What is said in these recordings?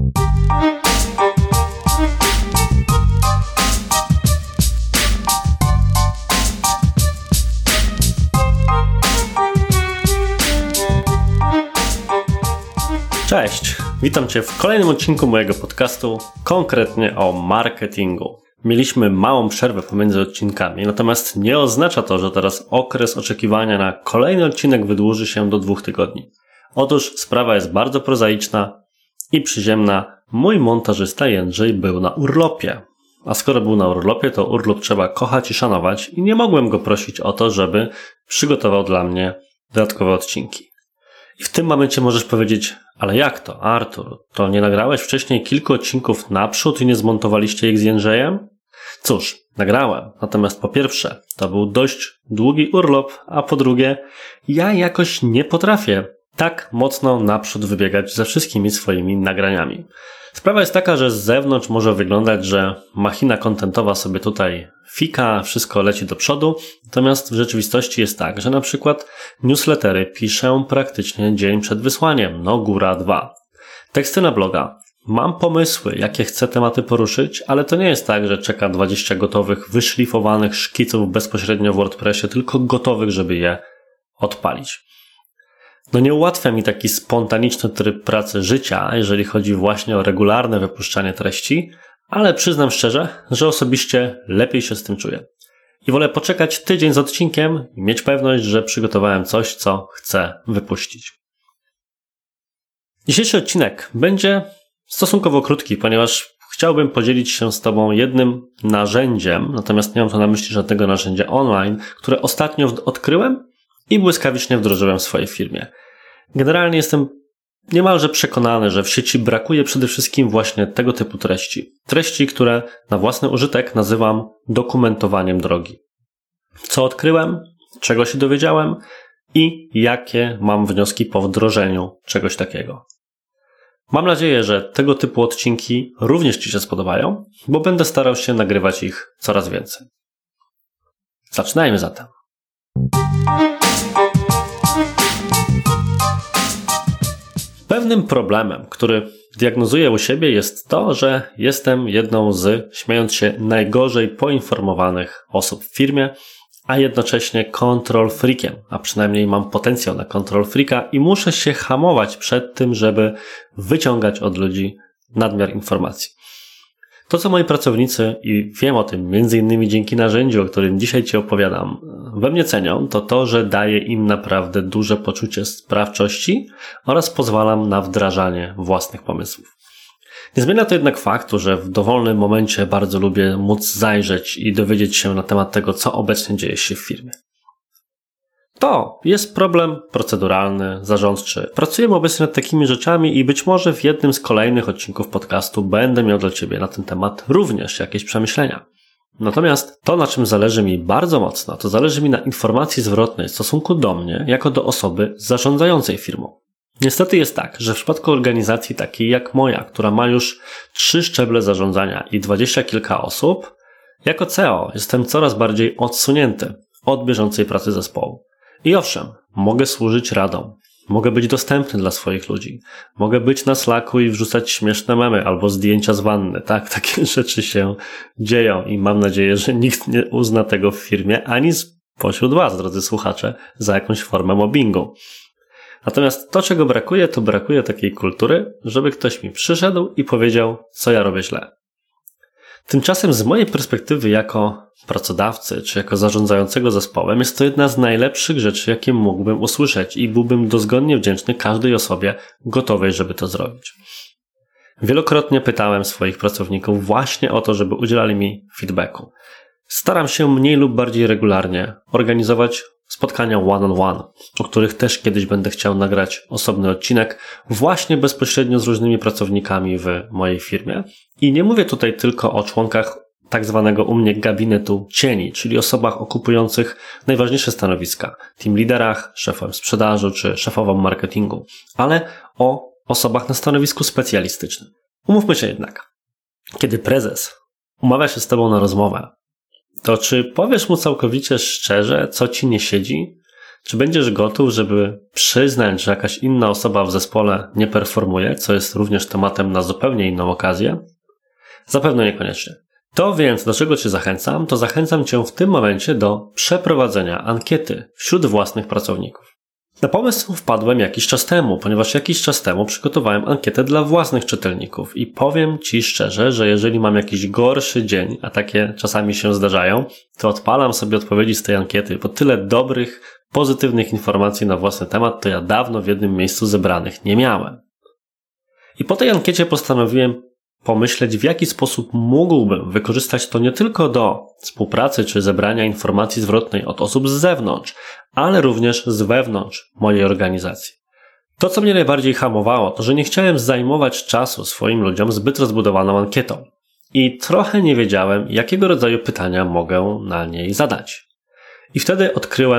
Cześć, witam Cię w kolejnym odcinku mojego podcastu, konkretnie o marketingu. Mieliśmy małą przerwę pomiędzy odcinkami, natomiast nie oznacza to, że teraz okres oczekiwania na kolejny odcinek wydłuży się do 2 tygodni. Otóż sprawa jest bardzo prozaiczna i przyziemna. Mój montażysta Jędrzej był na urlopie. A skoro był na urlopie, to urlop trzeba kochać i szanować i nie mogłem go prosić o to, żeby przygotował dla mnie dodatkowe odcinki. I w tym momencie możesz powiedzieć, ale jak to, Artur? To nie nagrałeś wcześniej kilku odcinków naprzód i nie zmontowaliście ich z Jędrzejem? Cóż, nagrałem. Natomiast po pierwsze, to był dość długi urlop, a po drugie, ja jakoś nie potrafię tak mocno naprzód wybiegać ze wszystkimi swoimi nagraniami. Sprawa jest taka, że z zewnątrz może wyglądać, że machina kontentowa sobie tutaj fika, wszystko leci do przodu, natomiast w rzeczywistości jest tak, że na przykład newslettery piszę praktycznie dzień przed wysłaniem, góra 2. Teksty na bloga. Mam pomysły, jakie chcę tematy poruszyć, ale to nie jest tak, że czeka 20 gotowych, wyszlifowanych szkiców bezpośrednio w WordPressie, tylko gotowych, żeby je odpalić. Nie ułatwia mi taki spontaniczny tryb pracy życia, jeżeli chodzi właśnie o regularne wypuszczanie treści, ale przyznam szczerze, że osobiście lepiej się z tym czuję. I wolę poczekać tydzień z odcinkiem i mieć pewność, że przygotowałem coś, co chcę wypuścić. Dzisiejszy odcinek będzie stosunkowo krótki, ponieważ chciałbym podzielić się z Tobą jednym narzędziem, natomiast nie mam tu na myśli żadnego narzędzia online, które ostatnio odkryłem i błyskawicznie wdrożyłem w swojej firmie. Generalnie jestem niemalże przekonany, że w sieci brakuje przede wszystkim właśnie tego typu treści. Treści, które na własny użytek nazywam dokumentowaniem drogi. Co odkryłem, czego się dowiedziałem i jakie mam wnioski po wdrożeniu czegoś takiego. Mam nadzieję, że tego typu odcinki również Ci się spodobają, bo będę starał się nagrywać ich coraz więcej. Zaczynajmy zatem. Pewnym problemem, który diagnozuję u siebie, jest to, że jestem jedną z, śmiejąc się, najgorzej poinformowanych osób w firmie, a jednocześnie control freakiem, a przynajmniej mam potencjał na control freaka i muszę się hamować przed tym, żeby wyciągać od ludzi nadmiar informacji. To, co moi pracownicy, i wiem o tym m.in. dzięki narzędziu, o którym dzisiaj Ci opowiadam, we mnie cenią, to to, że daję im naprawdę duże poczucie sprawczości oraz pozwalam na wdrażanie własnych pomysłów. Nie zmienia to jednak faktu, że w dowolnym momencie bardzo lubię móc zajrzeć i dowiedzieć się na temat tego, co obecnie dzieje się w firmie. To jest problem proceduralny, zarządczy. Pracujemy obecnie nad takimi rzeczami i być może w jednym z kolejnych odcinków podcastu będę miał dla Ciebie na ten temat również jakieś przemyślenia. Natomiast to, na czym zależy mi bardzo mocno, to zależy mi na informacji zwrotnej w stosunku do mnie, jako do osoby zarządzającej firmą. Niestety jest tak, że w przypadku organizacji takiej jak moja, która ma już 3 szczeble zarządzania i 20 kilka osób, jako CEO jestem coraz bardziej odsunięty od bieżącej pracy zespołu. I owszem, mogę służyć radą, mogę być dostępny dla swoich ludzi, mogę być na Slacku i wrzucać śmieszne memy albo zdjęcia z wanny. Tak, takie rzeczy się dzieją i mam nadzieję, że nikt nie uzna tego w firmie, ani spośród Was, drodzy słuchacze, za jakąś formę mobbingu. Natomiast to, czego brakuje, to brakuje takiej kultury, żeby ktoś mi przyszedł i powiedział, co ja robię źle. Tymczasem z mojej perspektywy jako pracodawcy czy jako zarządzającego zespołem jest to jedna z najlepszych rzeczy, jakie mógłbym usłyszeć i byłbym dozgonnie wdzięczny każdej osobie gotowej, żeby to zrobić. Wielokrotnie pytałem swoich pracowników właśnie o to, żeby udzielali mi feedbacku. Staram się mniej lub bardziej regularnie organizować spotkania one-on-one, o których też kiedyś będę chciał nagrać osobny odcinek właśnie bezpośrednio z różnymi pracownikami w mojej firmie. I nie mówię tutaj tylko o członkach tak zwanego u mnie gabinetu cieni, czyli osobach okupujących najważniejsze stanowiska, team liderach, szefem sprzedaży czy szefową marketingu, ale o osobach na stanowisku specjalistycznym. Umówmy się jednak, kiedy prezes umawia się z Tobą na rozmowę, to czy powiesz mu całkowicie szczerze, co Ci nie siedzi? Czy będziesz gotów, żeby przyznać, że jakaś inna osoba w zespole nie performuje, co jest również tematem na zupełnie inną okazję? Zapewne niekoniecznie. To więc, do czego Cię zachęcam, to zachęcam Cię w tym momencie do przeprowadzenia ankiety wśród własnych pracowników. Na pomysł wpadłem jakiś czas temu, ponieważ jakiś czas temu przygotowałem ankietę dla własnych czytelników i powiem Ci szczerze, że jeżeli mam jakiś gorszy dzień, a takie czasami się zdarzają, to odpalam sobie odpowiedzi z tej ankiety, bo tyle dobrych, pozytywnych informacji na własny temat to ja dawno w jednym miejscu zebranych nie miałem. I po tej ankiecie postanowiłem pomyśleć, w jaki sposób mógłbym wykorzystać to nie tylko do współpracy czy zebrania informacji zwrotnej od osób z zewnątrz, ale również z wewnątrz mojej organizacji. To, co mnie najbardziej hamowało, to że nie chciałem zajmować czasu swoim ludziom zbyt rozbudowaną ankietą i trochę nie wiedziałem, jakiego rodzaju pytania mogę na niej zadać. I wtedy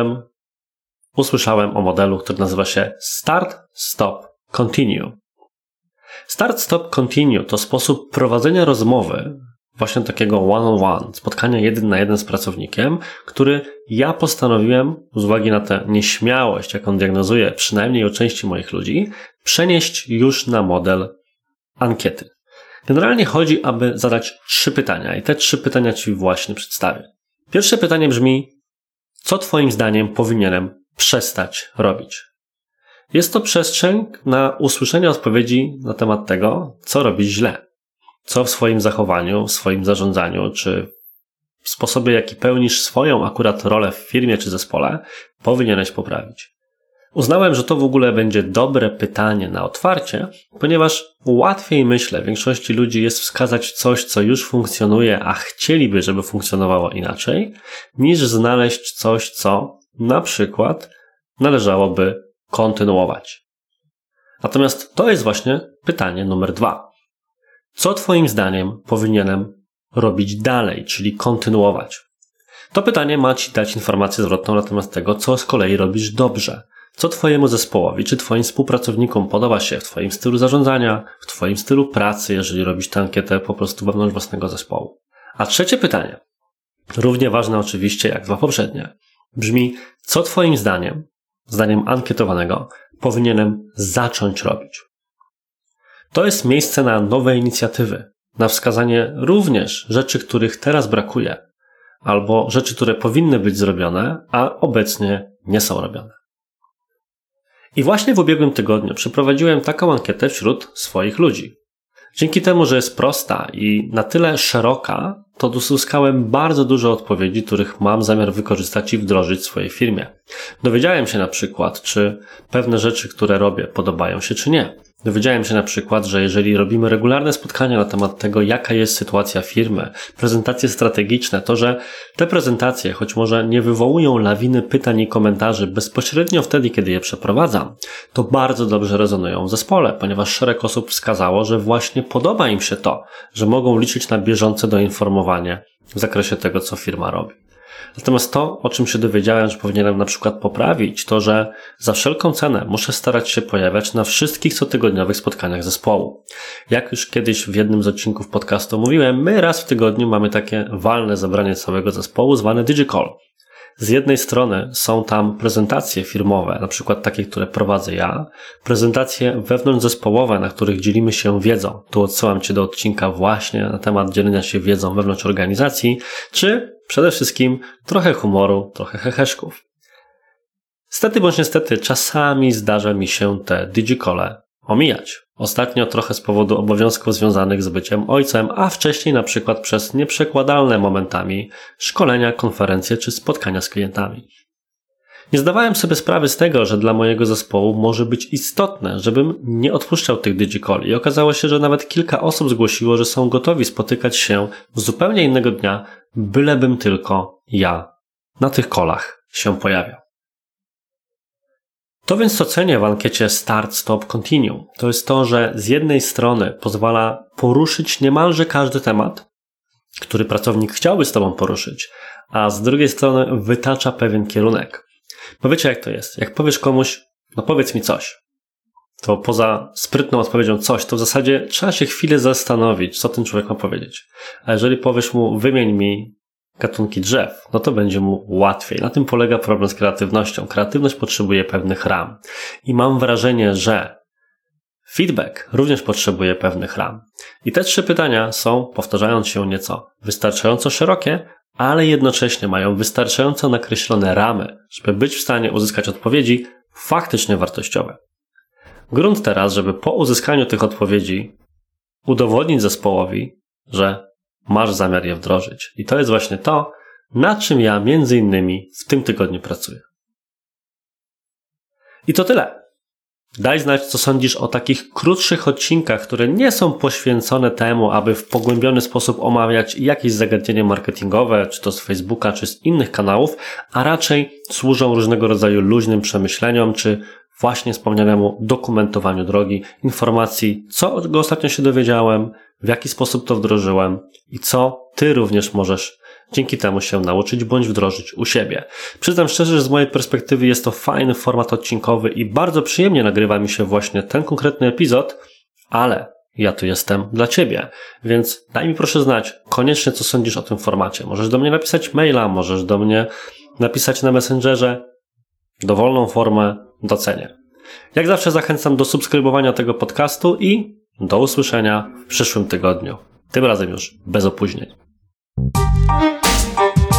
usłyszałem o modelu, który nazywa się Start, Stop, Continue. Start, Stop, Continue to sposób prowadzenia rozmowy, właśnie takiego one-on-one, spotkania 1 na 1 z pracownikiem, który ja postanowiłem, z uwagi na tę nieśmiałość, jaką diagnozuję przynajmniej u części moich ludzi, przenieść już na model ankiety. Generalnie chodzi, aby zadać 3 pytania i te 3 pytania Ci właśnie przedstawię. Pierwsze pytanie brzmi, co Twoim zdaniem powinienem przestać robić? Jest to przestrzeń na usłyszenie odpowiedzi na temat tego, co robisz źle. Co w swoim zachowaniu, w swoim zarządzaniu, czy w sposobie, jaki pełnisz swoją akurat rolę w firmie czy zespole, powinieneś poprawić. Uznałem, że to w ogóle będzie dobre pytanie na otwarcie, ponieważ łatwiej, myślę, większości ludzi jest wskazać coś, co już funkcjonuje, a chcieliby, żeby funkcjonowało inaczej, niż znaleźć coś, co na przykład należałoby kontynuować. Natomiast to jest właśnie pytanie numer 2. Co Twoim zdaniem powinienem robić dalej, czyli kontynuować? To pytanie ma Ci dać informację zwrotną na temat tego, co z kolei robisz dobrze. Co Twojemu zespołowi czy Twoim współpracownikom podoba się w Twoim stylu zarządzania, w Twoim stylu pracy, jeżeli robisz tę ankietę po prostu wewnątrz własnego zespołu. A trzecie pytanie, równie ważne oczywiście jak 2 poprzednie, brzmi, co Twoim zdaniem ankietowanego, powinienem zacząć robić? To jest miejsce na nowe inicjatywy, na wskazanie również rzeczy, których teraz brakuje, albo rzeczy, które powinny być zrobione, a obecnie nie są robione. I właśnie w ubiegłym tygodniu przeprowadziłem taką ankietę wśród swoich ludzi. Dzięki temu, że jest prosta i na tyle szeroka, to uzyskałem bardzo dużo odpowiedzi, których mam zamiar wykorzystać i wdrożyć w swojej firmie. Dowiedziałem się na przykład, czy pewne rzeczy, które robię, podobają się, czy nie. Dowiedziałem się na przykład, że jeżeli robimy regularne spotkania na temat tego, jaka jest sytuacja firmy, prezentacje strategiczne, to że te prezentacje, choć może nie wywołują lawiny pytań i komentarzy bezpośrednio wtedy, kiedy je przeprowadzam, to bardzo dobrze rezonują w zespole, ponieważ szereg osób wskazało, że właśnie podoba im się to, że mogą liczyć na bieżące doinformowanie w zakresie tego, co firma robi. Natomiast to, o czym się dowiedziałem, że powinienem na przykład poprawić, to że za wszelką cenę muszę starać się pojawiać na wszystkich cotygodniowych spotkaniach zespołu. Jak już kiedyś w jednym z odcinków podcastu mówiłem, my raz w tygodniu mamy takie walne zebranie całego zespołu zwane DigiCall. Z jednej strony są tam prezentacje firmowe, na przykład takie, które prowadzę ja, prezentacje wewnątrzzespołowe, na których dzielimy się wiedzą. Tu odsyłam Cię do odcinka właśnie na temat dzielenia się wiedzą wewnątrz organizacji, czy przede wszystkim trochę humoru, trochę heheszków. Stety bądź niestety czasami zdarza mi się te DigiCalle omijać. Ostatnio trochę z powodu obowiązków związanych z byciem ojcem, a wcześniej na przykład przez nieprzekładalne momentami szkolenia, konferencje czy spotkania z klientami. Nie zdawałem sobie sprawy z tego, że dla mojego zespołu może być istotne, żebym nie odpuszczał tych DigiCall i okazało się, że nawet kilka osób zgłosiło, że są gotowi spotykać się w zupełnie innego dnia, bylebym tylko ja na tych callach się pojawiał. To więc co cenię w ankiecie Start, Stop, Continue, to jest to, że z jednej strony pozwala poruszyć niemalże każdy temat, który pracownik chciałby z Tobą poruszyć, a z drugiej strony wytacza pewien kierunek. Bo wiecie jak to jest? Jak powiesz komuś, no powiedz mi coś, to poza sprytną odpowiedzią coś, to w zasadzie trzeba się chwilę zastanowić, co ten człowiek ma powiedzieć. A jeżeli powiesz mu, wymień mi gatunki drzew, no to będzie mu łatwiej. Na tym polega problem z kreatywnością. Kreatywność potrzebuje pewnych ram. I mam wrażenie, że feedback również potrzebuje pewnych ram. I te 3 pytania są, powtarzając się nieco, wystarczająco szerokie, ale jednocześnie mają wystarczająco nakreślone ramy, żeby być w stanie uzyskać odpowiedzi faktycznie wartościowe. Grunt teraz, żeby po uzyskaniu tych odpowiedzi udowodnić zespołowi, że masz zamiar je wdrożyć. I to jest właśnie to, nad czym ja między innymi w tym tygodniu pracuję. I to tyle. Daj znać, co sądzisz o takich krótszych odcinkach, które nie są poświęcone temu, aby w pogłębiony sposób omawiać jakieś zagadnienie marketingowe, czy to z Facebooka, czy z innych kanałów, a raczej służą różnego rodzaju luźnym przemyśleniom, czy właśnie wspomnianemu dokumentowaniu drogi, informacji, co go ostatnio się dowiedziałem, w jaki sposób to wdrożyłem i co ty również możesz dzięki temu się nauczyć bądź wdrożyć u siebie. Przyznam szczerze, że z mojej perspektywy jest to fajny format odcinkowy i bardzo przyjemnie nagrywa mi się właśnie ten konkretny epizod, ale ja tu jestem dla ciebie, więc daj mi proszę znać koniecznie, co sądzisz o tym formacie. Możesz do mnie napisać maila, możesz do mnie napisać na Messengerze. Dowolną formę docenię. Jak zawsze zachęcam do subskrybowania tego podcastu i do usłyszenia w przyszłym tygodniu. Tym razem już bez opóźnień.